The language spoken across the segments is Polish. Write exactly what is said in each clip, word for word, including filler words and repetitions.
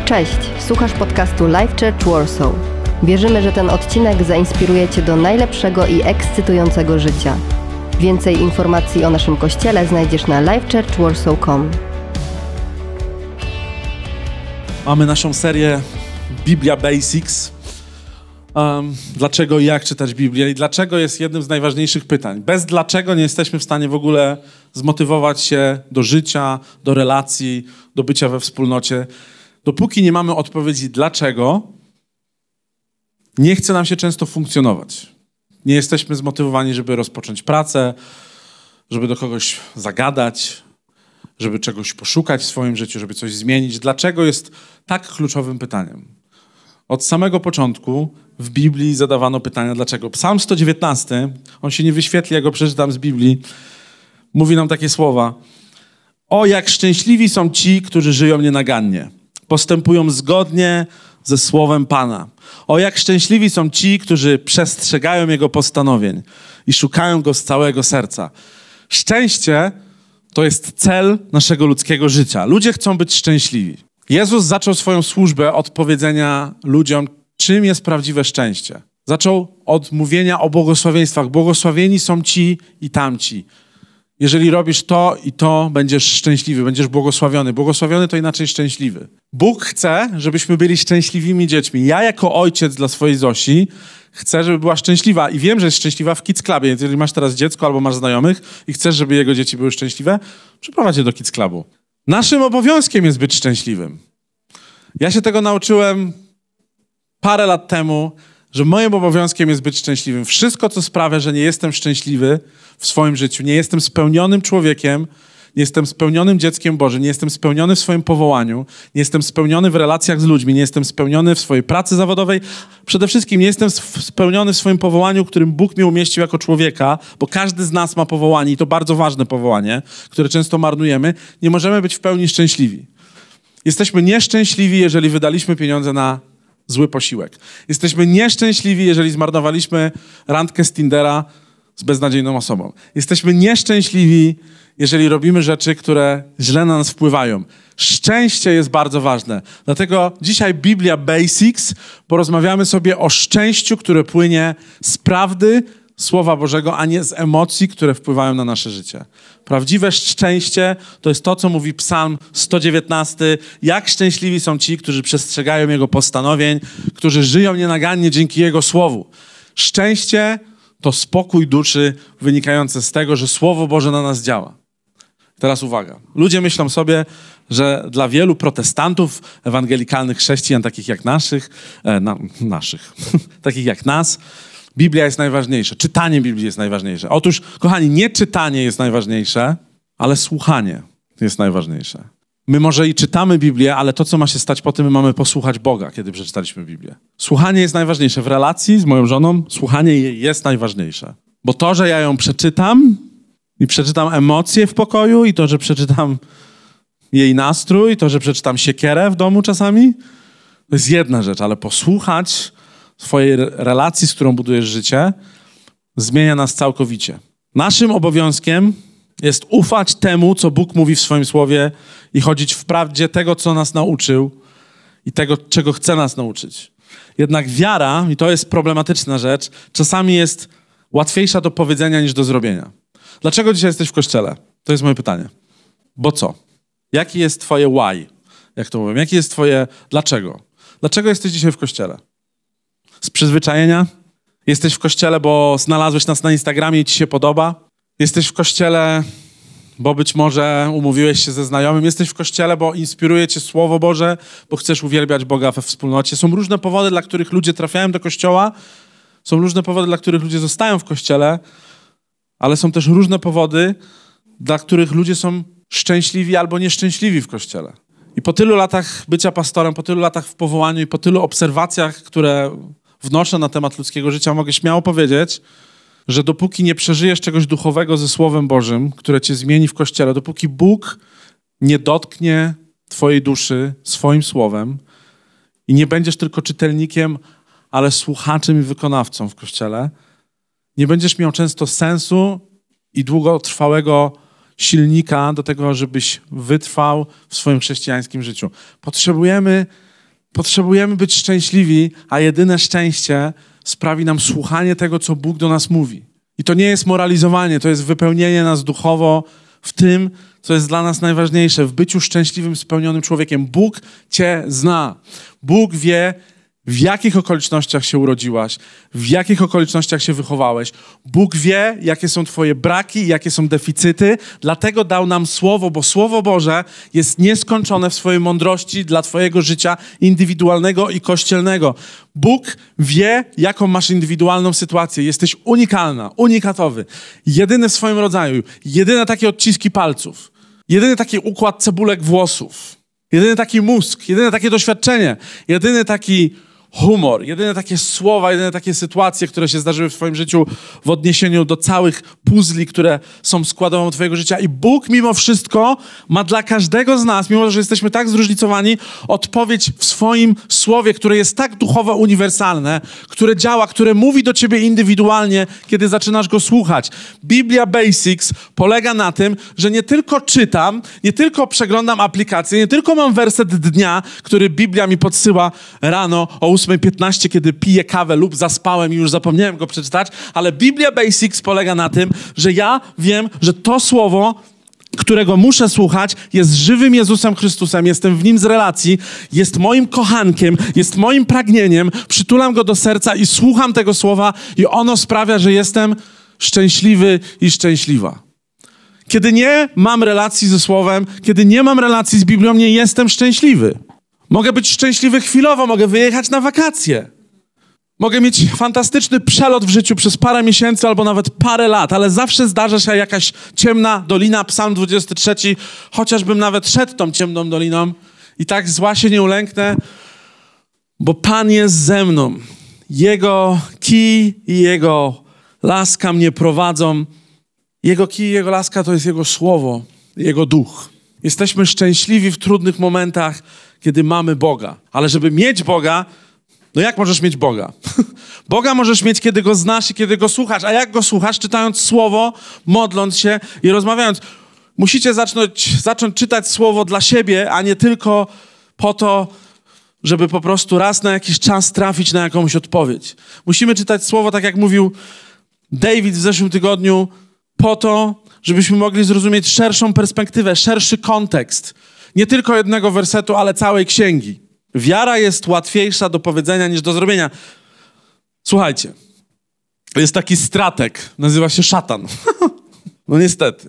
Cześć, słuchasz podcastu Life Church Warsaw. Wierzymy, że ten odcinek zainspiruje Cię do najlepszego i ekscytującego życia. Więcej informacji o naszym kościele znajdziesz na life church warsaw kropka com. Mamy naszą serię Biblia Basics. Um, dlaczego i jak czytać Biblię i dlaczego jest jednym z najważniejszych pytań. Bez dlaczego nie jesteśmy w stanie w ogóle zmotywować się do życia, do relacji, do bycia we wspólnocie. Dopóki nie mamy odpowiedzi dlaczego, nie chce nam się często funkcjonować. Nie jesteśmy zmotywowani, żeby rozpocząć pracę, żeby do kogoś zagadać, żeby czegoś poszukać w swoim życiu, żeby coś zmienić. Dlaczego jest tak kluczowym pytaniem? Od samego początku w Biblii zadawano pytania dlaczego. Psalm sto dziewiętnasty, on się nie wyświetli, jak go przeczytam z Biblii, mówi nam takie słowa. O, jak szczęśliwi są ci, którzy żyją nienagannie, postępują zgodnie ze słowem Pana. O, jak szczęśliwi są ci, którzy przestrzegają Jego postanowień i szukają Go z całego serca. Szczęście to jest cel naszego ludzkiego życia. Ludzie chcą być szczęśliwi. Jezus zaczął swoją służbę od powiedzenia ludziom, czym jest prawdziwe szczęście. Zaczął od mówienia o błogosławieństwach. Błogosławieni są ci i tamci. Jeżeli robisz to i to, będziesz szczęśliwy, będziesz błogosławiony. Błogosławiony to inaczej szczęśliwy. Bóg chce, żebyśmy byli szczęśliwymi dziećmi. Ja jako ojciec dla swojej Zosi chcę, żeby była szczęśliwa i wiem, że jest szczęśliwa w Kids Clubie. Więc jeżeli masz teraz dziecko albo masz znajomych i chcesz, żeby jego dzieci były szczęśliwe, przyprowadź je do Kids Clubu. Naszym obowiązkiem jest być szczęśliwym. Ja się tego nauczyłem parę lat temu, że moim obowiązkiem jest być szczęśliwym. Wszystko, co sprawia, że nie jestem szczęśliwy w swoim życiu, nie jestem spełnionym człowiekiem, nie jestem spełnionym dzieckiem Bożym, nie jestem spełniony w swoim powołaniu, nie jestem spełniony w relacjach z ludźmi, nie jestem spełniony w swojej pracy zawodowej. Przede wszystkim nie jestem spełniony w swoim powołaniu, w którym Bóg mnie umieścił jako człowieka, bo każdy z nas ma powołanie i to bardzo ważne powołanie, które często marnujemy. Nie możemy być w pełni szczęśliwi. Jesteśmy nieszczęśliwi, jeżeli wydaliśmy pieniądze na zły posiłek. Jesteśmy nieszczęśliwi, jeżeli zmarnowaliśmy randkę z Tindera z beznadziejną osobą. Jesteśmy nieszczęśliwi, jeżeli robimy rzeczy, które źle na nas wpływają. Szczęście jest bardzo ważne. Dlatego dzisiaj Biblia Basics, porozmawiamy sobie o szczęściu, które płynie z prawdy Słowa Bożego, a nie z emocji, które wpływają na nasze życie. Prawdziwe szczęście to jest to, co mówi Psalm sto dziewiętnasty. Jak szczęśliwi są ci, którzy przestrzegają Jego postanowień, którzy żyją nienagannie dzięki Jego Słowu. Szczęście to spokój duszy wynikający z tego, że Słowo Boże na nas działa. Teraz uwaga. Ludzie myślą sobie, że dla wielu protestantów, ewangelikalnych chrześcijan, takich jak naszych, e, na, naszych, takich jak nas, Biblia jest najważniejsza. Czytanie Biblii jest najważniejsze. Otóż, kochani, nie czytanie jest najważniejsze, ale słuchanie jest najważniejsze. My może i czytamy Biblię, ale to, co ma się stać po tym, my mamy posłuchać Boga, kiedy przeczytaliśmy Biblię. Słuchanie jest najważniejsze. W relacji z moją żoną słuchanie jest najważniejsze. Bo to, że ja ją przeczytam i przeczytam emocje w pokoju i to, że przeczytam jej nastrój, to, że przeczytam siekierę w domu czasami, to jest jedna rzecz, ale posłuchać swojej relacji, z którą budujesz życie, zmienia nas całkowicie. Naszym obowiązkiem jest ufać temu, co Bóg mówi w swoim Słowie i chodzić w prawdzie tego, co nas nauczył i tego, czego chce nas nauczyć. Jednak wiara, i to jest problematyczna rzecz, czasami jest łatwiejsza do powiedzenia niż do zrobienia. Dlaczego dzisiaj jesteś w kościele? To jest moje pytanie. Bo co? Jaki jest twoje why? Jak to mówię? Jaki jest twoje dlaczego? Dlaczego jesteś dzisiaj w kościele? Z przyzwyczajenia? Jesteś w kościele, bo znalazłeś nas na Instagramie i ci się podoba? Jesteś w kościele, bo być może umówiłeś się ze znajomym? Jesteś w kościele, bo inspiruje cię Słowo Boże, bo chcesz uwielbiać Boga we wspólnocie? Są różne powody, dla których ludzie trafiają do kościoła. Są różne powody, dla których ludzie zostają w kościele, ale są też różne powody, dla których ludzie są szczęśliwi albo nieszczęśliwi w kościele. I po tylu latach bycia pastorem, po tylu latach w powołaniu i po tylu obserwacjach, które wnoszę na temat ludzkiego życia, mogę śmiało powiedzieć, że dopóki nie przeżyjesz czegoś duchowego ze Słowem Bożym, które cię zmieni w Kościele, dopóki Bóg nie dotknie twojej duszy swoim Słowem i nie będziesz tylko czytelnikiem, ale słuchaczem i wykonawcą w Kościele, nie będziesz miał często sensu i długotrwałego silnika do tego, żebyś wytrwał w swoim chrześcijańskim życiu. Potrzebujemy Potrzebujemy być szczęśliwi, a jedyne szczęście sprawi nam słuchanie tego, co Bóg do nas mówi. I to nie jest moralizowanie, to jest wypełnienie nas duchowo w tym, co jest dla nas najważniejsze, w byciu szczęśliwym, spełnionym człowiekiem. Bóg cię zna. Bóg wie, w jakich okolicznościach się urodziłaś, w jakich okolicznościach się wychowałeś. Bóg wie, jakie są twoje braki, jakie są deficyty, dlatego dał nam Słowo, bo Słowo Boże jest nieskończone w swojej mądrości dla twojego życia indywidualnego i kościelnego. Bóg wie, jaką masz indywidualną sytuację. Jesteś unikalna, unikatowy, jedyny w swoim rodzaju, jedyne takie odciski palców, jedyny taki układ cebulek włosów, jedyny taki mózg, jedyne takie doświadczenie, jedyny taki humor, jedyne takie słowa, jedyne takie sytuacje, które się zdarzyły w twoim życiu w odniesieniu do całych puzli, które są składową twojego życia. I Bóg mimo wszystko ma dla każdego z nas, mimo że jesteśmy tak zróżnicowani, odpowiedź w swoim słowie, które jest tak duchowo uniwersalne, które działa, które mówi do ciebie indywidualnie, kiedy zaczynasz go słuchać. Biblia Basics polega na tym, że nie tylko czytam, nie tylko przeglądam aplikację, nie tylko mam werset dnia, który Biblia mi podsyła rano o ósmej piętnaście, kiedy piję kawę lub zaspałem i już zapomniałem go przeczytać, ale Biblia Basics polega na tym, że ja wiem, że to słowo, którego muszę słuchać, jest żywym Jezusem Chrystusem, jestem w Nim z relacji, jest moim kochankiem, jest moim pragnieniem, przytulam go do serca i słucham tego słowa i ono sprawia, że jestem szczęśliwy i szczęśliwa. Kiedy nie mam relacji ze Słowem, kiedy nie mam relacji z Biblią, nie jestem szczęśliwy. Mogę być szczęśliwy chwilowo, mogę wyjechać na wakacje. Mogę mieć fantastyczny przelot w życiu przez parę miesięcy albo nawet parę lat, ale zawsze zdarza się jakaś ciemna dolina, Psalm dwudziesty trzeci, chociażbym nawet szedł tą ciemną doliną i tak zła się nie ulęknę, bo Pan jest ze mną. Jego kij i Jego laska mnie prowadzą. Jego kij i Jego laska to jest Jego słowo, Jego duch. Jesteśmy szczęśliwi w trudnych momentach, kiedy mamy Boga. Ale żeby mieć Boga, no jak możesz mieć Boga? Boga możesz mieć, kiedy Go znasz i kiedy Go słuchasz. A jak Go słuchasz? Czytając Słowo, modląc się i rozmawiając. Musicie zacząć, zacząć czytać Słowo dla siebie, a nie tylko po to, żeby po prostu raz na jakiś czas trafić na jakąś odpowiedź. Musimy czytać Słowo, tak jak mówił David w zeszłym tygodniu, po to, żebyśmy mogli zrozumieć szerszą perspektywę, szerszy kontekst. Nie tylko jednego wersetu, ale całej księgi. Wiara jest łatwiejsza do powiedzenia niż do zrobienia. Słuchajcie, jest taki strateg, nazywa się szatan. No niestety.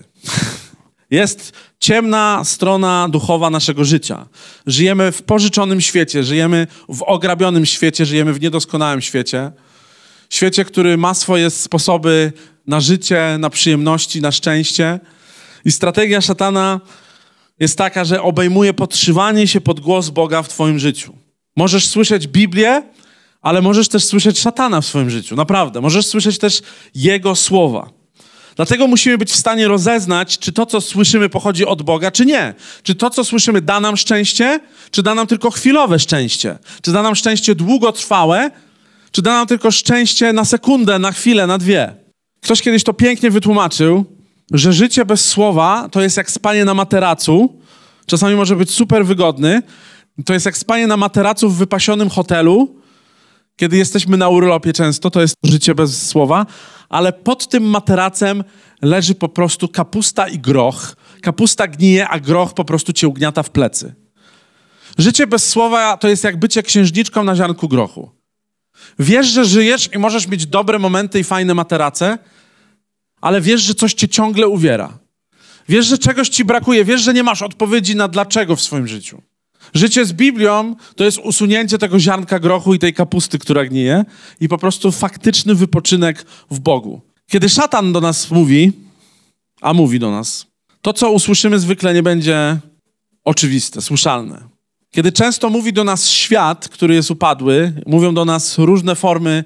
Jest ciemna strona duchowa naszego życia. Żyjemy w pożyczonym świecie, żyjemy w ograbionym świecie, żyjemy w niedoskonałym świecie. Świecie, który ma swoje sposoby na życie, na przyjemności, na szczęście. I strategia szatana jest taka, że obejmuje podszywanie się pod głos Boga w twoim życiu. Możesz słyszeć Biblię, ale możesz też słyszeć szatana w swoim życiu. Naprawdę. Możesz słyszeć też Jego słowa. Dlatego musimy być w stanie rozeznać, czy to, co słyszymy, pochodzi od Boga, czy nie. Czy to, co słyszymy, da nam szczęście, czy da nam tylko chwilowe szczęście. Czy da nam szczęście długotrwałe, czy da nam tylko szczęście na sekundę, na chwilę, na dwie. Ktoś kiedyś to pięknie wytłumaczył, że życie bez słowa to jest jak spanie na materacu. Czasami może być super wygodny. To jest jak spanie na materacu w wypasionym hotelu, kiedy jesteśmy na urlopie często, to jest życie bez słowa, ale pod tym materacem leży po prostu kapusta i groch. Kapusta gnije, a groch po prostu cię ugniata w plecy. Życie bez słowa to jest jak bycie księżniczką na ziarnku grochu. Wiesz, że żyjesz i możesz mieć dobre momenty i fajne materace, ale wiesz, że coś cię ciągle uwiera. Wiesz, że czegoś ci brakuje. Wiesz, że nie masz odpowiedzi na dlaczego w swoim życiu. Życie z Biblią to jest usunięcie tego ziarnka grochu i tej kapusty, która gnije i po prostu faktyczny wypoczynek w Bogu. Kiedy szatan do nas mówi, a mówi do nas, to, co usłyszymy zwykle nie będzie oczywiste, słyszalne. Kiedy często mówi do nas świat, który jest upadły, mówią do nas różne formy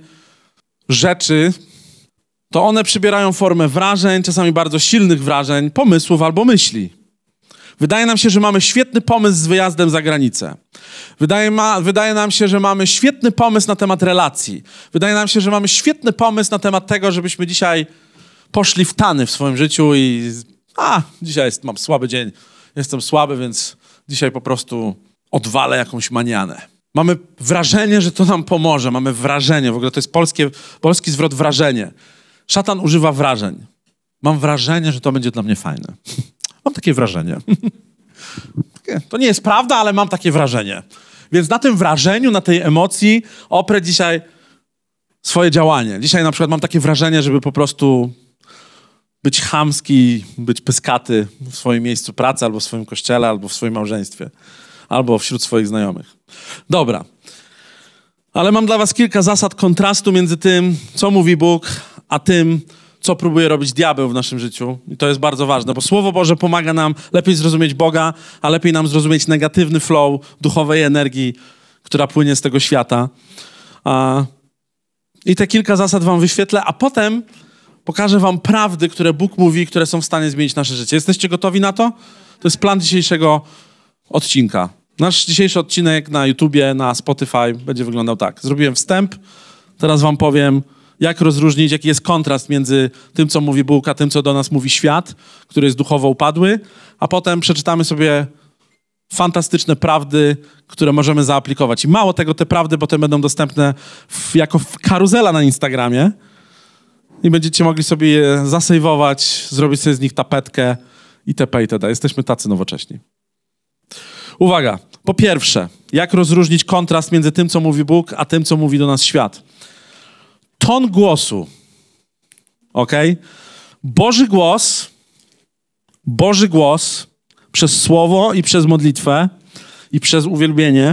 rzeczy, to one przybierają formę wrażeń, czasami bardzo silnych wrażeń, pomysłów albo myśli. Wydaje nam się, że mamy świetny pomysł z wyjazdem za granicę. Wydaje, ma, wydaje nam się, że mamy świetny pomysł na temat relacji. Wydaje nam się, że mamy świetny pomysł na temat tego, żebyśmy dzisiaj poszli w tany w swoim życiu i a, dzisiaj jest, mam słaby dzień, jestem słaby, więc dzisiaj po prostu odwalę jakąś manianę. Mamy wrażenie, że to nam pomoże. Mamy wrażenie. W ogóle to jest polskie, polski zwrot wrażenie. Szatan używa wrażeń. Mam wrażenie, że to będzie dla mnie fajne. Mam takie wrażenie. To nie jest prawda, ale mam takie wrażenie. Więc na tym wrażeniu, na tej emocji oprę dzisiaj swoje działanie. Dzisiaj na przykład mam takie wrażenie, żeby po prostu być chamski, być pyskaty w swoim miejscu pracy, albo w swoim kościele, albo w swoim małżeństwie, albo wśród swoich znajomych. Dobra. Ale mam dla was kilka zasad kontrastu między tym, co mówi Bóg, a tym, co próbuje robić diabeł w naszym życiu. I to jest bardzo ważne, bo Słowo Boże pomaga nam lepiej zrozumieć Boga, a lepiej nam zrozumieć negatywny flow duchowej energii, która płynie z tego świata. A... I te kilka zasad wam wyświetlę, a potem pokażę wam prawdy, które Bóg mówi, które są w stanie zmienić nasze życie. Jesteście gotowi na to? To jest plan dzisiejszego odcinka. Nasz dzisiejszy odcinek na YouTubie, na Spotify będzie wyglądał tak. Zrobiłem wstęp, teraz wam powiem, jak rozróżnić, jaki jest kontrast między tym, co mówi Bóg, a tym, co do nas mówi świat, który jest duchowo upadły, a potem przeczytamy sobie fantastyczne prawdy, które możemy zaaplikować. I mało tego, te prawdy potem będą dostępne w, jako karuzela na Instagramie i będziecie mogli sobie je zasejwować, zrobić sobie z nich tapetkę itp. itd. Jesteśmy tacy nowocześni. Uwaga, po pierwsze, jak rozróżnić kontrast między tym, co mówi Bóg, a tym, co mówi do nas świat. Ton głosu, ok? Boży głos, Boży głos przez słowo i przez modlitwę i przez uwielbienie,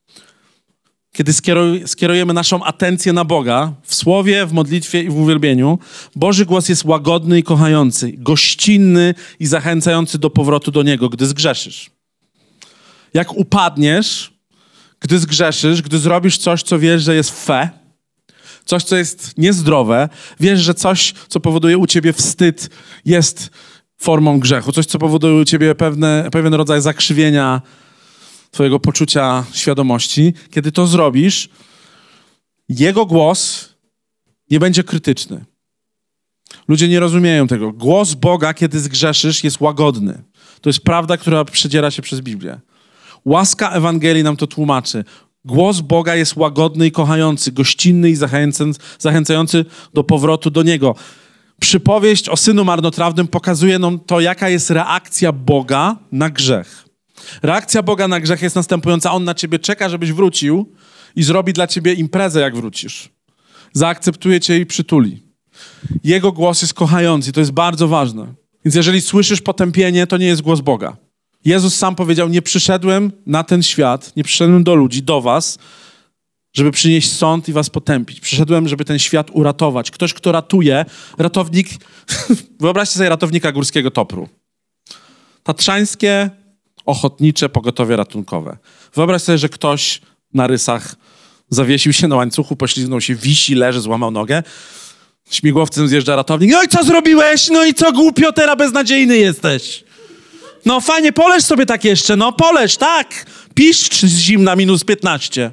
kiedy skieruj, skierujemy naszą atencję na Boga w słowie, w modlitwie i w uwielbieniu, Boży głos jest łagodny i kochający, gościnny i zachęcający do powrotu do Niego, gdy zgrzeszysz. Jak upadniesz, gdy zgrzeszysz, gdy zrobisz coś, co wiesz, że jest fe, coś, co jest niezdrowe, wiesz, że coś, co powoduje u ciebie wstyd, jest formą grzechu, coś, co powoduje u ciebie pewne, pewien rodzaj zakrzywienia twojego poczucia świadomości. Kiedy to zrobisz, Jego głos nie będzie krytyczny. Ludzie nie rozumieją tego. Głos Boga, kiedy zgrzeszysz, jest łagodny. To jest prawda, która przedziera się przez Biblię. Łaska Ewangelii nam to tłumaczy. Głos Boga jest łagodny i kochający, gościnny i zachęcający do powrotu do Niego. Przypowieść o synu marnotrawnym pokazuje nam to, jaka jest reakcja Boga na grzech. Reakcja Boga na grzech jest następująca. On na ciebie czeka, żebyś wrócił i zrobi dla ciebie imprezę, jak wrócisz. Zaakceptuje cię i przytuli. Jego głos jest kochający, to jest bardzo ważne. Więc jeżeli słyszysz potępienie, to nie jest głos Boga. Jezus sam powiedział, nie przyszedłem na ten świat, nie przyszedłem do ludzi, do was, żeby przynieść sąd i was potępić. Przyszedłem, żeby ten świat uratować. Ktoś, kto ratuje, ratownik, wyobraźcie sobie ratownika Górskiego Topru. Tatrzańskie, ochotnicze pogotowie ratunkowe. Wyobraź sobie, że ktoś na rysach zawiesił się na łańcuchu, poślizgnął się, wisi, leży, złamał nogę. Śmigłowcem zjeżdża ratownik. No i co zrobiłeś? No i co, głupio, teraz beznadziejny jesteś. No fajnie, poleż sobie tak jeszcze, no poleż, tak. Piszcz z zimna minus piętnaście.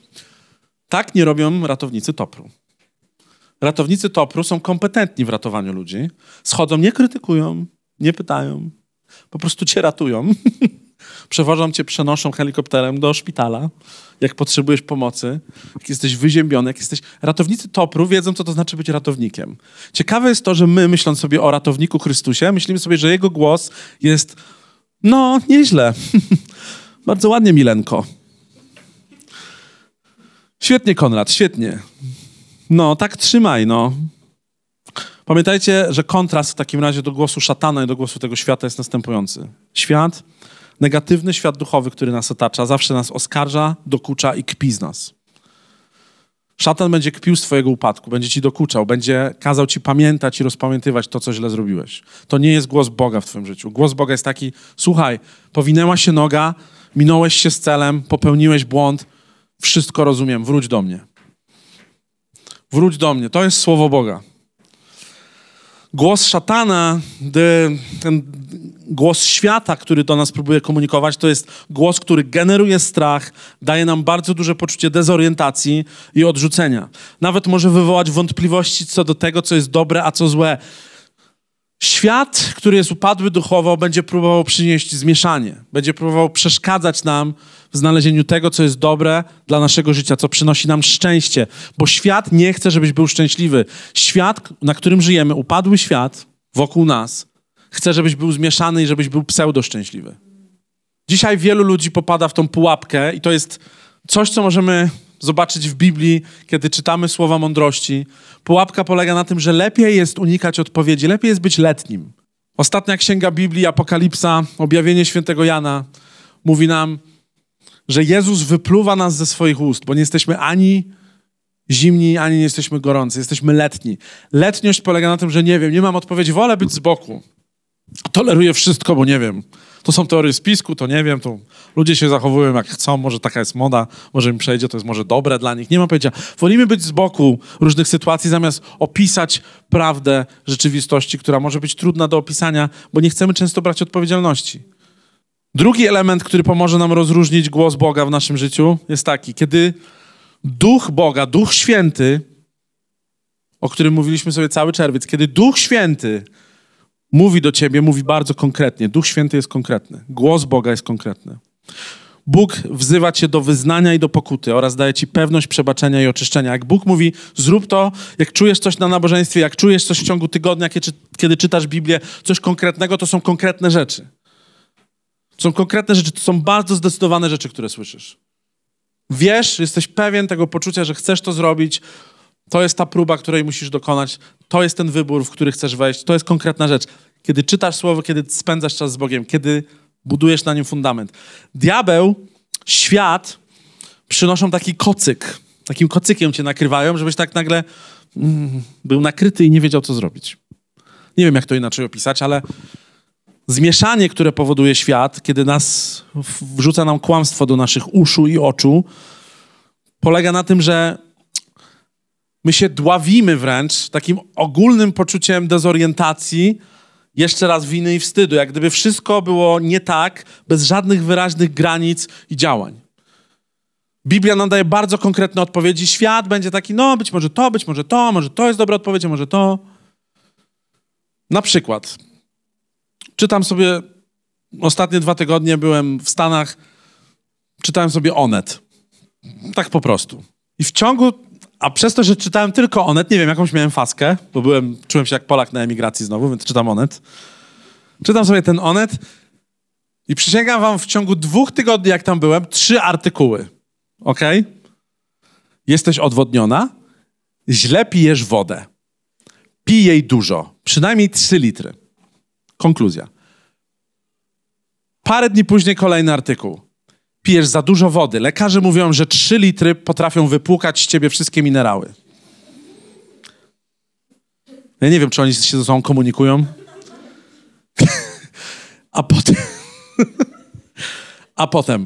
Tak nie robią ratownicy Topru. Ratownicy Topru są kompetentni w ratowaniu ludzi. Schodzą, nie krytykują, nie pytają. Po prostu cię ratują. Przewożą cię, przenoszą helikopterem do szpitala, jak potrzebujesz pomocy, jak jesteś wyziębiony, jak jesteś... Ratownicy Topru wiedzą, co to znaczy być ratownikiem. Ciekawe jest to, że my, myśląc sobie o ratowniku Chrystusie, myślimy sobie, że jego głos jest, no, nieźle. Bardzo ładnie, Milenko. Świetnie, Konrad, świetnie. No, tak trzymaj, no. Pamiętajcie, że kontrast w takim razie do głosu szatana i do głosu tego świata jest następujący. Świat, negatywny świat duchowy, który nas otacza, zawsze nas oskarża, dokucza i kpi z nas. Szatan będzie kpił z twojego upadku, będzie ci dokuczał, będzie kazał ci pamiętać i rozpamiętywać to, co źle zrobiłeś. To nie jest głos Boga w twoim życiu. Głos Boga jest taki, słuchaj, powinęła się noga, minąłeś się z celem, popełniłeś błąd, wszystko rozumiem, wróć do mnie. Wróć do mnie, to jest słowo Boga. Głos szatana, ten głos świata, który do nas próbuje komunikować, to jest głos, który generuje strach, daje nam bardzo duże poczucie dezorientacji i odrzucenia. Nawet może wywołać wątpliwości co do tego, co jest dobre, a co złe. Świat, który jest upadły duchowo, będzie próbował przynieść zmieszanie. Będzie próbował przeszkadzać nam w znalezieniu tego, co jest dobre dla naszego życia, co przynosi nam szczęście. Bo świat nie chce, żebyś był szczęśliwy. Świat, na którym żyjemy, upadły świat wokół nas, chce, żebyś był zmieszany i żebyś był pseudo-szczęśliwy. Dzisiaj wielu ludzi popada w tą pułapkę i to jest coś, co możemy zobaczyć w Biblii, kiedy czytamy słowa mądrości. Pułapka polega na tym, że lepiej jest unikać odpowiedzi, lepiej jest być letnim. Ostatnia księga Biblii, Apokalipsa, objawienie świętego Jana, mówi nam, że Jezus wypluwa nas ze swoich ust, bo nie jesteśmy ani zimni, ani nie jesteśmy gorący, jesteśmy letni. Letniość polega na tym, że nie wiem, nie mam odpowiedzi, wolę być z boku. Toleruję wszystko, bo nie wiem. To są teorie spisku, to nie wiem, to ludzie się zachowują jak chcą, może taka jest moda, może im przejdzie, to jest może dobre dla nich. Nie mam pojęcia. Wolimy być z boku różnych sytuacji, zamiast opisać prawdę rzeczywistości, która może być trudna do opisania, bo nie chcemy często brać odpowiedzialności. Drugi element, który pomoże nam rozróżnić głos Boga w naszym życiu, jest taki, kiedy Duch Boga, Duch Święty, o którym mówiliśmy sobie cały czerwiec, kiedy Duch Święty mówi do ciebie, mówi bardzo konkretnie. Duch Święty jest konkretny. Głos Boga jest konkretny. Bóg wzywa cię do wyznania i do pokuty oraz daje ci pewność przebaczenia i oczyszczenia. Jak Bóg mówi, zrób to, jak czujesz coś na nabożeństwie, jak czujesz coś w ciągu tygodnia, kiedy, kiedy czytasz Biblię, coś konkretnego, to są konkretne rzeczy. To są konkretne rzeczy, to są bardzo zdecydowane rzeczy, które słyszysz. Wiesz, jesteś pewien tego poczucia, że chcesz to zrobić. To jest ta próba, której musisz dokonać. To jest ten wybór, w który chcesz wejść. To jest konkretna rzecz. Kiedy czytasz słowo, kiedy spędzasz czas z Bogiem, kiedy budujesz na nim fundament. Diabeł, świat przynoszą taki kocyk. Takim kocykiem cię nakrywają, żebyś tak nagle mm, był nakryty i nie wiedział, co zrobić. Nie wiem, jak to inaczej opisać, ale zmieszanie, które powoduje świat, kiedy nas wrzuca nam kłamstwo do naszych uszu i oczu, polega na tym, że my się dławimy wręcz takim ogólnym poczuciem dezorientacji, jeszcze raz winy i wstydu, jak gdyby wszystko było nie tak, bez żadnych wyraźnych granic i działań. Biblia nam daje bardzo konkretne odpowiedzi. Świat będzie taki, no być może to, być może to, może to jest dobra odpowiedź, a może to. Na przykład, czytam sobie, ostatnie dwa tygodnie byłem w Stanach, czytałem sobie Onet. Tak po prostu. I w ciągu A przez to, że czytałem tylko Onet, nie wiem, jakąś miałem faskę, bo byłem, czułem się jak Polak na emigracji znowu, więc czytam Onet. Czytam sobie ten Onet i przysięgam wam, w ciągu dwóch tygodni, jak tam byłem, trzy artykuły. Okej? Okay? Jesteś odwodniona, źle pijesz wodę. Pij jej dużo, przynajmniej trzy litry. Konkluzja. Parę dni później kolejny artykuł. Pijesz za dużo wody. Lekarze mówią, że trzy litry potrafią wypłukać z ciebie wszystkie minerały. Ja nie wiem, czy oni się ze sobą komunikują. A potem... A potem...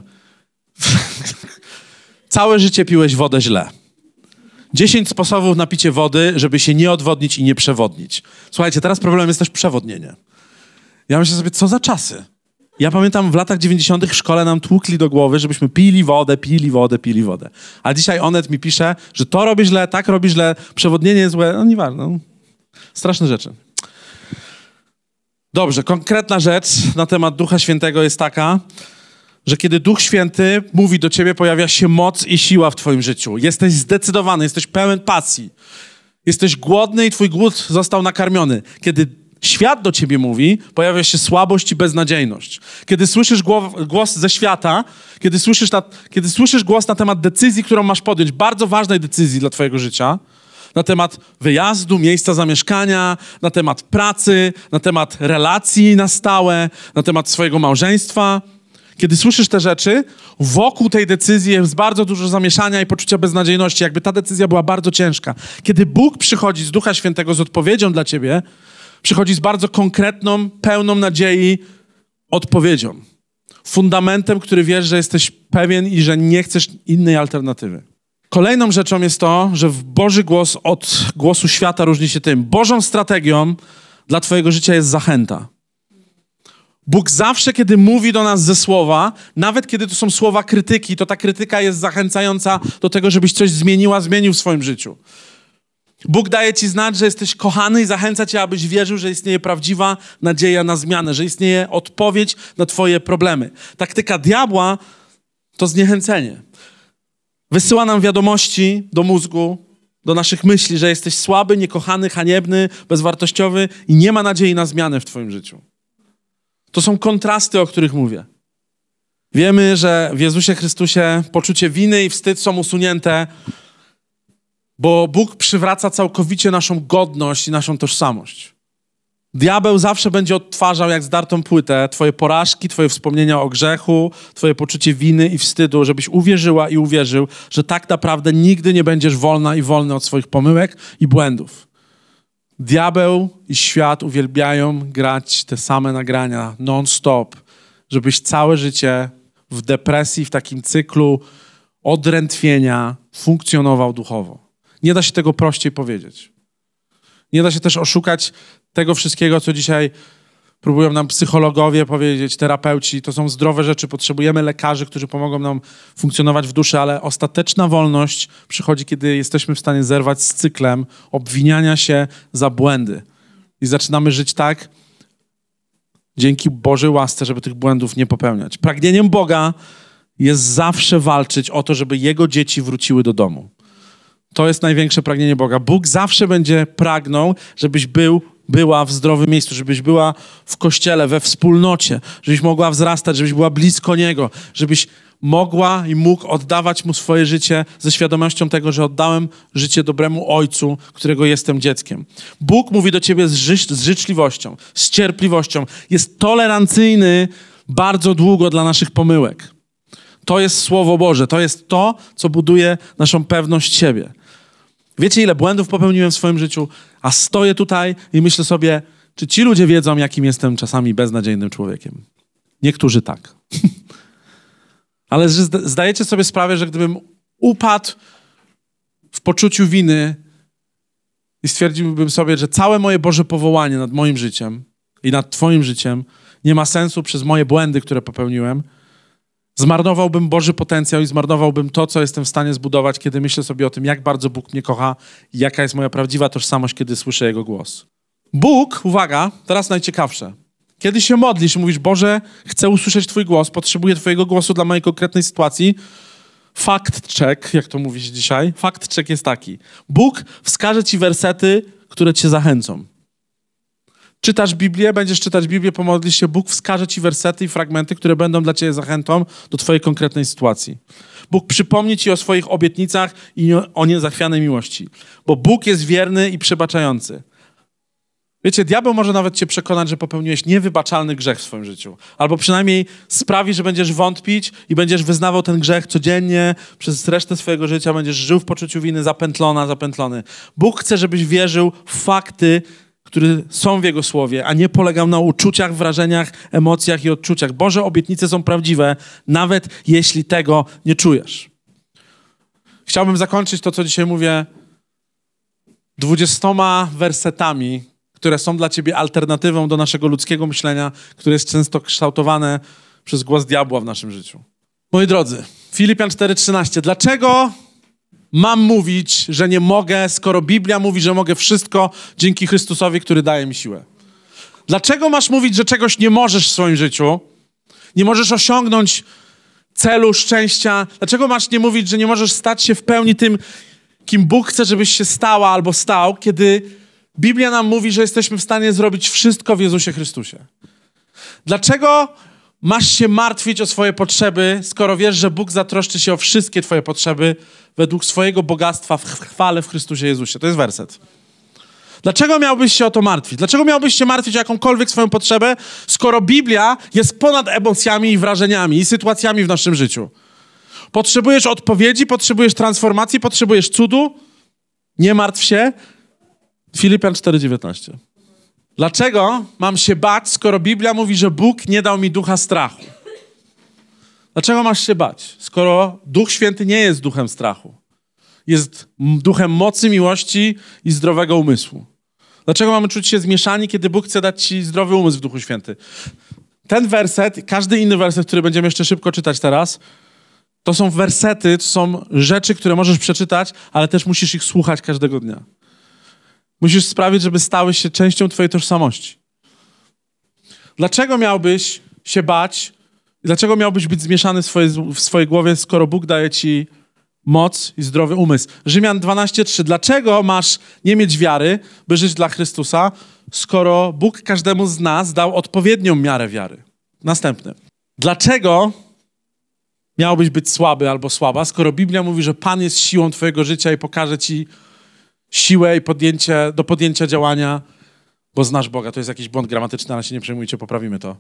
Całe życie piłeś wodę źle. Dziesięć sposobów na picie wody, żeby się nie odwodnić i nie przewodnić. Słuchajcie, teraz problemem jest też przewodnienie. Ja myślę sobie, co za czasy? Ja pamiętam, w latach dziewięćdziesiątych w szkole nam tłukli do głowy, żebyśmy pili wodę, pili wodę, pili wodę. A dzisiaj Onet mi pisze, że to robi źle, tak robi źle, przewodnienie jest złe. No nieważne. No. Straszne rzeczy. Dobrze, konkretna rzecz na temat Ducha Świętego jest taka, że kiedy Duch Święty mówi do ciebie, pojawia się moc i siła w twoim życiu. Jesteś zdecydowany, jesteś pełen pasji. Jesteś głodny i twój głód został nakarmiony. Kiedy świat do ciebie mówi, pojawia się słabość i beznadziejność. Kiedy słyszysz głos ze świata, kiedy słyszysz, na, kiedy słyszysz głos na temat decyzji, którą masz podjąć, bardzo ważnej decyzji dla twojego życia, na temat wyjazdu, miejsca zamieszkania, na temat pracy, na temat relacji na stałe, na temat swojego małżeństwa. Kiedy słyszysz te rzeczy, wokół tej decyzji jest bardzo dużo zamieszania i poczucia beznadziejności, jakby ta decyzja była bardzo ciężka. Kiedy Bóg przychodzi z Ducha Świętego z odpowiedzią dla ciebie, przychodzi z bardzo konkretną, pełną nadziei odpowiedzią. Fundamentem, który wiesz, że jesteś pewien i że nie chcesz innej alternatywy. Kolejną rzeczą jest to, że Boży głos od głosu świata różni się tym. Bożą strategią dla twojego życia jest zachęta. Bóg zawsze, kiedy mówi do nas ze słowa, nawet kiedy to są słowa krytyki, to ta krytyka jest zachęcająca do tego, żebyś coś zmieniła, zmienił w swoim życiu. Bóg daje ci znać, że jesteś kochany i zachęca cię, abyś wierzył, że istnieje prawdziwa nadzieja na zmianę, że istnieje odpowiedź na twoje problemy. Taktyka diabła to zniechęcenie. Wysyła nam wiadomości do mózgu, do naszych myśli, że jesteś słaby, niekochany, haniebny, bezwartościowy i nie ma nadziei na zmianę w twoim życiu. To są kontrasty, o których mówię. Wiemy, że w Jezusie Chrystusie poczucie winy i wstyd są usunięte, bo Bóg przywraca całkowicie naszą godność i naszą tożsamość. Diabeł zawsze będzie odtwarzał jak zdartą płytę twoje porażki, twoje wspomnienia o grzechu, twoje poczucie winy i wstydu, żebyś uwierzyła i uwierzył, że tak naprawdę nigdy nie będziesz wolna i wolny od swoich pomyłek i błędów. Diabeł i świat uwielbiają grać te same nagrania non-stop, żebyś całe życie w depresji, w takim cyklu odrętwienia funkcjonował duchowo. Nie da się tego prościej powiedzieć. Nie da się też oszukać tego wszystkiego, co dzisiaj próbują nam psychologowie powiedzieć, terapeuci. To są zdrowe rzeczy. Potrzebujemy lekarzy, którzy pomogą nam funkcjonować w duszy, ale ostateczna wolność przychodzi, kiedy jesteśmy w stanie zerwać z cyklem obwiniania się za błędy. I zaczynamy żyć tak, dzięki Bożej łasce, żeby tych błędów nie popełniać. Pragnieniem Boga jest zawsze walczyć o to, żeby Jego dzieci wróciły do domu. To jest największe pragnienie Boga. Bóg zawsze będzie pragnął, żebyś był, była w zdrowym miejscu, żebyś była w kościele, we wspólnocie, żebyś mogła wzrastać, żebyś była blisko Niego, żebyś mogła i mógł oddawać Mu swoje życie ze świadomością tego, że oddałem życie dobremu Ojcu, którego jestem dzieckiem. Bóg mówi do ciebie z, ży- z życzliwością, z cierpliwością. Jest tolerancyjny bardzo długo dla naszych pomyłek. To jest Słowo Boże. To jest to, co buduje naszą pewność siebie. Wiecie, ile błędów popełniłem w swoim życiu? A stoję tutaj i myślę sobie, czy ci ludzie wiedzą, jakim jestem czasami beznadziejnym człowiekiem? Niektórzy tak. Ale zdajecie sobie sprawę, że gdybym upadł w poczuciu winy i stwierdziłbym sobie, że całe moje Boże powołanie nad moim życiem i nad twoim życiem nie ma sensu przez moje błędy, które popełniłem, zmarnowałbym Boży potencjał i zmarnowałbym to, co jestem w stanie zbudować, kiedy myślę sobie o tym, jak bardzo Bóg mnie kocha i jaka jest moja prawdziwa tożsamość, kiedy słyszę Jego głos. Bóg, uwaga, teraz najciekawsze. Kiedy się modlisz i mówisz, Boże, chcę usłyszeć Twój głos, potrzebuję Twojego głosu dla mojej konkretnej sytuacji, fact check, jak to mówi się dzisiaj, fact check jest taki. Bóg wskaże ci wersety, które cię zachęcą. Czytasz Biblię, będziesz czytać Biblię, pomodlisz się, Bóg wskaże ci wersety i fragmenty, które będą dla ciebie zachętą do twojej konkretnej sytuacji. Bóg przypomni ci o swoich obietnicach i o niezachwianej miłości. Bo Bóg jest wierny i przebaczający. Wiecie, diabeł może nawet cię przekonać, że popełniłeś niewybaczalny grzech w swoim życiu. Albo przynajmniej sprawi, że będziesz wątpić i będziesz wyznawał ten grzech codziennie, przez resztę swojego życia będziesz żył w poczuciu winy, zapętlona, zapętlony. Bóg chce, żebyś wierzył w fakty, które są w Jego Słowie, a nie polegał na uczuciach, wrażeniach, emocjach i odczuciach. Boże obietnice są prawdziwe, nawet jeśli tego nie czujesz. Chciałbym zakończyć to, co dzisiaj mówię, dwudziestoma wersetami, które są dla ciebie alternatywą do naszego ludzkiego myślenia, które jest często kształtowane przez głos diabła w naszym życiu. Moi drodzy, Filipian cztery trzynaście. Dlaczego mam mówić, że nie mogę, skoro Biblia mówi, że mogę wszystko dzięki Chrystusowi, który daje mi siłę? Dlaczego masz mówić, że czegoś nie możesz w swoim życiu? Nie możesz osiągnąć celu, szczęścia? Dlaczego masz nie mówić, że nie możesz stać się w pełni tym, kim Bóg chce, żebyś się stała albo stał, kiedy Biblia nam mówi, że jesteśmy w stanie zrobić wszystko w Jezusie Chrystusie? Dlaczego masz się martwić o swoje potrzeby, skoro wiesz, że Bóg zatroszczy się o wszystkie twoje potrzeby według swojego bogactwa w chwale w Chrystusie Jezusie? To jest werset. Dlaczego miałbyś się o to martwić? Dlaczego miałbyś się martwić o jakąkolwiek swoją potrzebę, skoro Biblia jest ponad emocjami i wrażeniami i sytuacjami w naszym życiu? Potrzebujesz odpowiedzi, potrzebujesz transformacji, potrzebujesz cudu? Nie martw się. Filipian cztery dziewiętnaście. Dlaczego mam się bać, skoro Biblia mówi, że Bóg nie dał mi ducha strachu? Dlaczego masz się bać, skoro Duch Święty nie jest duchem strachu? Jest duchem mocy, miłości i zdrowego umysłu. Dlaczego mamy czuć się zmieszani, kiedy Bóg chce dać ci zdrowy umysł w Duchu Święty? Ten werset, każdy inny werset, który będziemy jeszcze szybko czytać teraz, to są wersety, to są rzeczy, które możesz przeczytać, ale też musisz ich słuchać każdego dnia. Musisz sprawić, żeby stały się częścią twojej tożsamości. Dlaczego miałbyś się bać? Dlaczego miałbyś być zmieszany w swojej, w swojej głowie, skoro Bóg daje ci moc i zdrowy umysł? Rzymian dwanaście trzy. Dlaczego masz nie mieć wiary, by żyć dla Chrystusa, skoro Bóg każdemu z nas dał odpowiednią miarę wiary? Następne. Dlaczego miałbyś być słaby albo słaba, skoro Biblia mówi, że Pan jest siłą twojego życia i pokaże ci siłę i podjęcie, do podjęcia działania, bo znasz Boga. To jest jakiś błąd gramatyczny, ale się nie przejmujcie, poprawimy to.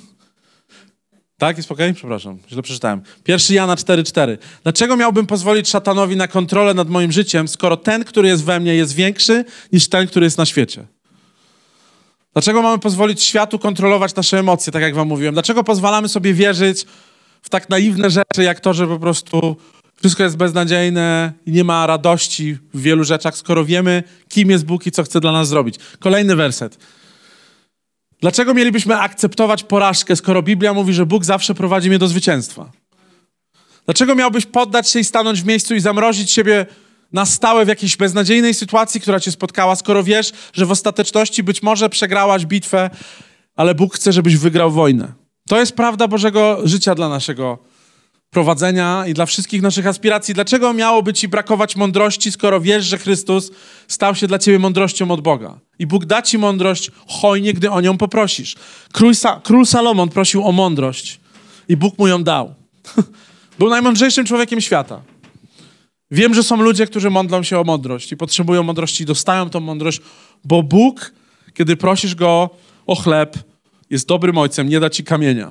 Tak? Jest okej? Przepraszam, źle przeczytałem. pierwszy Jana cztery cztery. Dlaczego miałbym pozwolić szatanowi na kontrolę nad moim życiem, skoro ten, który jest we mnie, jest większy niż ten, który jest na świecie? Dlaczego mamy pozwolić światu kontrolować nasze emocje, tak jak wam mówiłem? Dlaczego pozwalamy sobie wierzyć w tak naiwne rzeczy, jak to, że po prostu wszystko jest beznadziejne i nie ma radości w wielu rzeczach, skoro wiemy, kim jest Bóg i co chce dla nas zrobić? Kolejny werset. Dlaczego mielibyśmy akceptować porażkę, skoro Biblia mówi, że Bóg zawsze prowadzi mnie do zwycięstwa? Dlaczego miałbyś poddać się i stanąć w miejscu i zamrozić siebie na stałe w jakiejś beznadziejnej sytuacji, która cię spotkała, skoro wiesz, że w ostateczności być może przegrałaś bitwę, ale Bóg chce, żebyś wygrał wojnę? To jest prawda Bożego życia dla naszego prowadzenia i dla wszystkich naszych aspiracji. Dlaczego miałoby ci brakować mądrości, skoro wiesz, że Chrystus stał się dla ciebie mądrością od Boga? I Bóg da ci mądrość hojnie, gdy o nią poprosisz. Król, Sa- Król Salomon prosił o mądrość i Bóg mu ją dał. Był najmądrzejszym człowiekiem świata. Wiem, że są ludzie, którzy modlą się o mądrość i potrzebują mądrości i dostają tą mądrość, bo Bóg, kiedy prosisz Go o chleb, jest dobrym ojcem, nie da ci kamienia.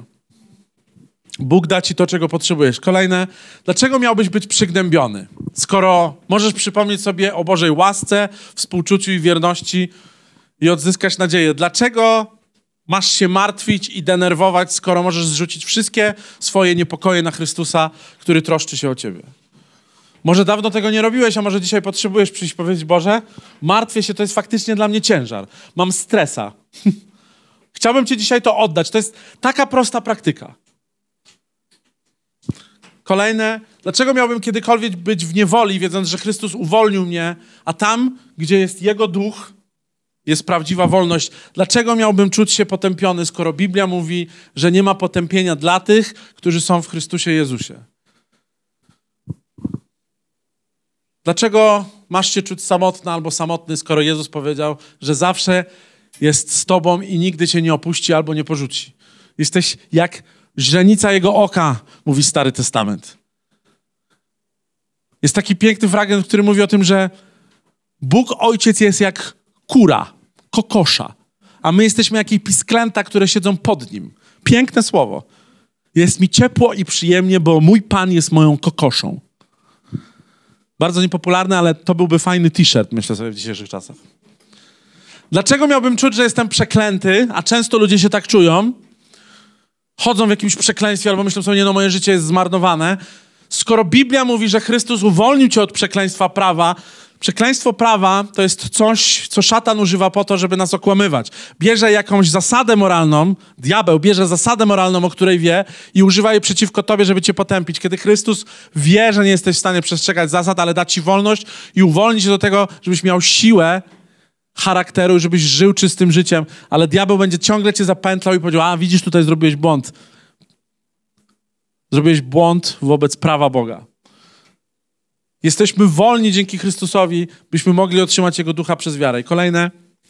Bóg da ci to, czego potrzebujesz. Kolejne. Dlaczego miałbyś być przygnębiony, skoro możesz przypomnieć sobie o Bożej łasce, współczuciu i wierności i odzyskać nadzieję? Dlaczego masz się martwić i denerwować, skoro możesz zrzucić wszystkie swoje niepokoje na Chrystusa, który troszczy się o ciebie? Może dawno tego nie robiłeś, a może dzisiaj potrzebujesz przyjść i powiedzieć: Boże, martwię się, to jest faktycznie dla mnie ciężar. Mam stresa. Chciałbym ci dzisiaj to oddać. To jest taka prosta praktyka. Kolejne. Dlaczego miałbym kiedykolwiek być w niewoli, wiedząc, że Chrystus uwolnił mnie, a tam, gdzie jest Jego duch, jest prawdziwa wolność? Dlaczego miałbym czuć się potępiony, skoro Biblia mówi, że nie ma potępienia dla tych, którzy są w Chrystusie Jezusie? Dlaczego masz się czuć samotny albo samotny, skoro Jezus powiedział, że zawsze jest z tobą i nigdy cię nie opuści albo nie porzuci? Jesteś jak źrenica Jego oka, mówi Stary Testament. Jest taki piękny fragment, który mówi o tym, że Bóg Ojciec jest jak kura, kokosza, a my jesteśmy jak jej pisklęta, które siedzą pod Nim. Piękne słowo. Jest mi ciepło i przyjemnie, bo mój Pan jest moją kokoszą. Bardzo niepopularne, ale to byłby fajny t-shirt, myślę sobie, w dzisiejszych czasach. Dlaczego miałbym czuć, że jestem przeklęty, a często ludzie się tak czują, chodzą w jakimś przekleństwie albo myślą sobie: nie, no moje życie jest zmarnowane, skoro Biblia mówi, że Chrystus uwolnił cię od przekleństwa prawa. Przekleństwo prawa to jest coś, co szatan używa po to, żeby nas okłamywać. Bierze jakąś zasadę moralną, diabeł bierze zasadę moralną, o której wie, i używa jej przeciwko tobie, żeby cię potępić. Kiedy Chrystus wie, że nie jesteś w stanie przestrzegać zasad, ale da ci wolność i uwolni cię do tego, żebyś miał siłę charakteru, żebyś żył czystym życiem, ale diabeł będzie ciągle cię zapętlał i powiedział: a widzisz, tutaj zrobiłeś błąd. Zrobiłeś błąd wobec prawa Boga. Jesteśmy wolni dzięki Chrystusowi, byśmy mogli otrzymać Jego ducha przez wiarę. I kolejne.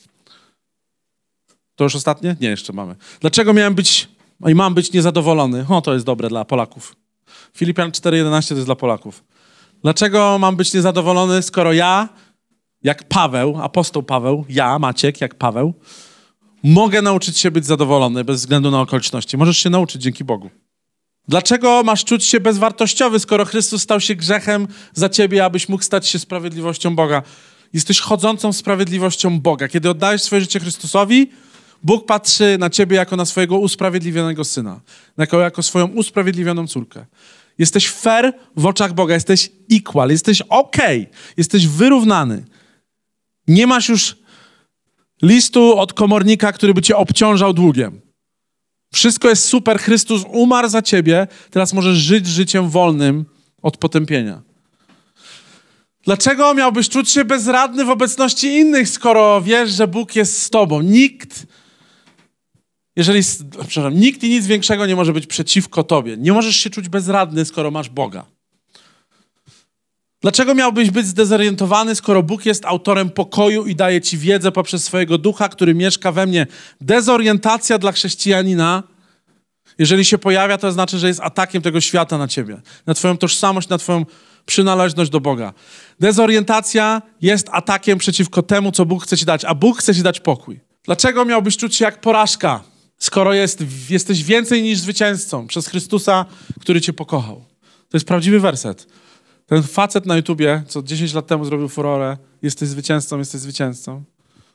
To już ostatnie? Nie, jeszcze mamy. Dlaczego miałem być i mam być niezadowolony? O, to jest dobre dla Polaków. Filipian cztery jedenaście to jest dla Polaków. Dlaczego mam być niezadowolony, skoro ja, jak Paweł, apostoł Paweł, ja, Maciek, jak Paweł, mogę nauczyć się być zadowolony bez względu na okoliczności? Możesz się nauczyć dzięki Bogu. Dlaczego masz czuć się bezwartościowy, skoro Chrystus stał się grzechem za ciebie, abyś mógł stać się sprawiedliwością Boga? Jesteś chodzącą sprawiedliwością Boga. Kiedy oddajesz swoje życie Chrystusowi, Bóg patrzy na ciebie jako na swojego usprawiedliwionego syna, jako, jako swoją usprawiedliwioną córkę. Jesteś fair w oczach Boga, jesteś equal, jesteś okej, jesteś wyrównany. Nie masz już listu od komornika, który by cię obciążał długiem. Wszystko jest super, Chrystus umarł za ciebie, teraz możesz żyć życiem wolnym od potępienia. Dlaczego miałbyś czuć się bezradny w obecności innych, skoro wiesz, że Bóg jest z tobą? Nikt, jeżeli, przepraszam, nikt i nic większego nie może być przeciwko tobie. Nie możesz się czuć bezradny, skoro masz Boga. Dlaczego miałbyś być zdezorientowany, skoro Bóg jest autorem pokoju i daje ci wiedzę poprzez swojego ducha, który mieszka we mnie? Dezorientacja dla chrześcijanina, jeżeli się pojawia, to znaczy, że jest atakiem tego świata na ciebie, na twoją tożsamość, na twoją przynależność do Boga. Dezorientacja jest atakiem przeciwko temu, co Bóg chce ci dać, a Bóg chce ci dać pokój. Dlaczego miałbyś czuć się jak porażka, skoro jest, jesteś więcej niż zwycięzcą przez Chrystusa, który cię pokochał? To jest prawdziwy werset. Ten facet na YouTubie, co dziesięć lat temu zrobił furorę, jesteś zwycięzcą, jesteś zwycięzcą.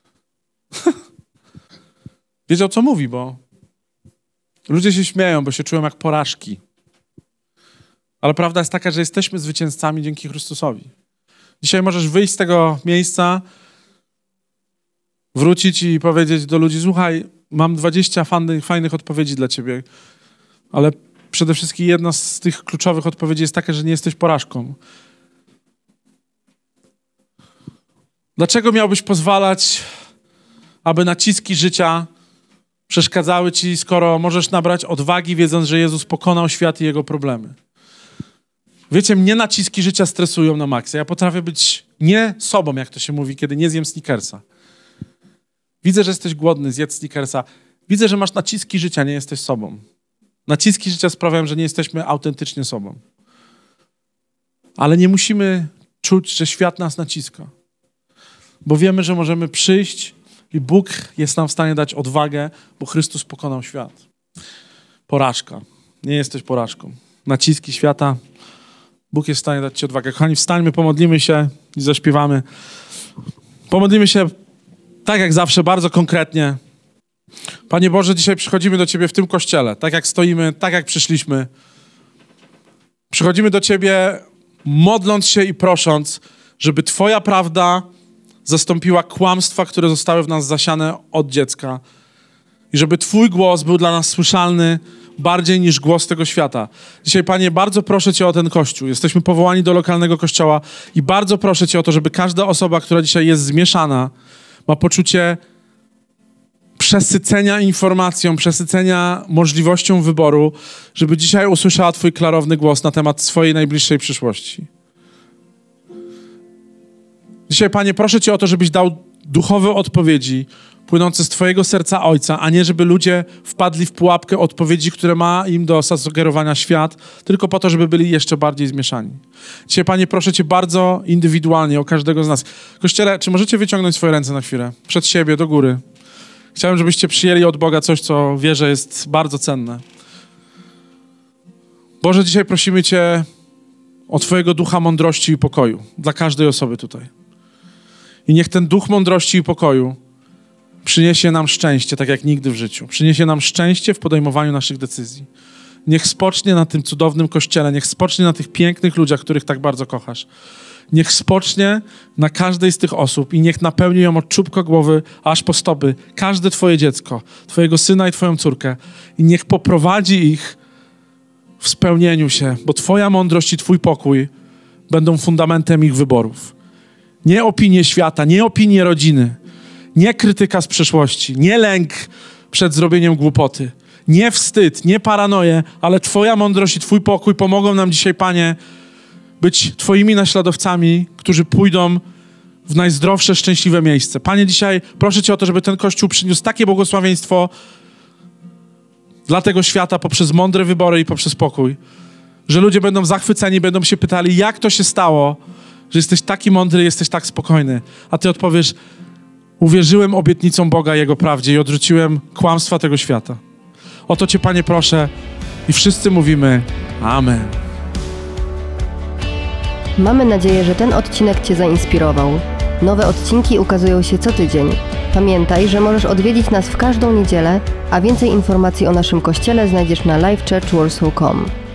Wiedział, co mówi, bo ludzie się śmieją, bo się czują jak porażki. Ale prawda jest taka, że jesteśmy zwycięzcami dzięki Chrystusowi. Dzisiaj możesz wyjść z tego miejsca, wrócić i powiedzieć do ludzi: słuchaj, mam dwadzieścia fajnych, fajnych odpowiedzi dla ciebie, ale przede wszystkim jedna z tych kluczowych odpowiedzi jest taka, że nie jesteś porażką. Dlaczego miałbyś pozwalać, aby naciski życia przeszkadzały ci, skoro możesz nabrać odwagi, wiedząc, że Jezus pokonał świat i jego problemy? Wiecie, mnie naciski życia stresują na maksa. Ja potrafię być nie sobą, jak to się mówi, kiedy nie zjem Snickersa. Widzę, że jesteś głodny, zjedz Snickersa. Widzę, że masz naciski życia, nie jesteś sobą. Naciski życia sprawiają, że nie jesteśmy autentycznie sobą. Ale nie musimy czuć, że świat nas naciska. Bo wiemy, że możemy przyjść i Bóg jest nam w stanie dać odwagę, bo Chrystus pokonał świat. Porażka. Nie jesteś porażką. Naciski świata. Bóg jest w stanie dać ci odwagę. Kochani, wstańmy, pomodlimy się i zaśpiewamy. Pomodlimy się tak jak zawsze, bardzo konkretnie. Panie Boże, dzisiaj przychodzimy do Ciebie w tym kościele, tak jak stoimy, tak jak przyszliśmy. Przychodzimy do Ciebie modląc się i prosząc, żeby Twoja prawda zastąpiła kłamstwa, które zostały w nas zasiane od dziecka. I żeby Twój głos był dla nas słyszalny bardziej niż głos tego świata. Dzisiaj, Panie, bardzo proszę Cię o ten Kościół. Jesteśmy powołani do lokalnego kościoła i bardzo proszę Cię o to, żeby każda osoba, która dzisiaj jest zmieszana, ma poczucie przesycenia informacją, przesycenia możliwością wyboru, żeby dzisiaj usłyszała Twój klarowny głos na temat swojej najbliższej przyszłości. Dzisiaj, Panie, proszę Cię o to, żebyś dał duchowe odpowiedzi płynące z Twojego serca Ojca, a nie żeby ludzie wpadli w pułapkę odpowiedzi, które ma im do zasugerowania świat, tylko po to, żeby byli jeszcze bardziej zmieszani. Dzisiaj, Panie, proszę Cię bardzo indywidualnie o każdego z nas. Kościele, czy możecie wyciągnąć swoje ręce na chwilę? Przed siebie, do góry. Chciałem, żebyście przyjęli od Boga coś, co wierzę jest bardzo cenne. Boże, dzisiaj prosimy Cię o Twojego ducha mądrości i pokoju dla każdej osoby tutaj. I niech ten duch mądrości i pokoju przyniesie nam szczęście, tak jak nigdy w życiu. Przyniesie nam szczęście w podejmowaniu naszych decyzji. Niech spocznie na tym cudownym Kościele, niech spocznie na tych pięknych ludziach, których tak bardzo kochasz. Niech spocznie na każdej z tych osób i niech napełni ją od czubka głowy aż po stopy każde Twoje dziecko, Twojego syna i Twoją córkę. I niech poprowadzi ich w spełnieniu się, bo Twoja mądrość i Twój pokój będą fundamentem ich wyborów. Nie opinie świata, nie opinie rodziny, nie krytyka z przeszłości, nie lęk przed zrobieniem głupoty, nie wstyd, nie paranoję, ale Twoja mądrość i Twój pokój pomogą nam dzisiaj, Panie, być Twoimi naśladowcami, którzy pójdą w najzdrowsze, szczęśliwe miejsce. Panie, dzisiaj proszę Cię o to, żeby ten Kościół przyniósł takie błogosławieństwo dla tego świata poprzez mądre wybory i poprzez pokój, że ludzie będą zachwyceni, będą się pytali, jak to się stało, że jesteś taki mądry, jesteś tak spokojny. A Ty odpowiesz, uwierzyłem obietnicom Boga i Jego prawdzie i odrzuciłem kłamstwa tego świata. O to Cię, Panie, proszę i wszyscy mówimy amen. Mamy nadzieję, że ten odcinek Cię zainspirował. Nowe odcinki ukazują się co tydzień. Pamiętaj, że możesz odwiedzić nas w każdą niedzielę, a więcej informacji o naszym kościele znajdziesz na live church warsaw kropka com.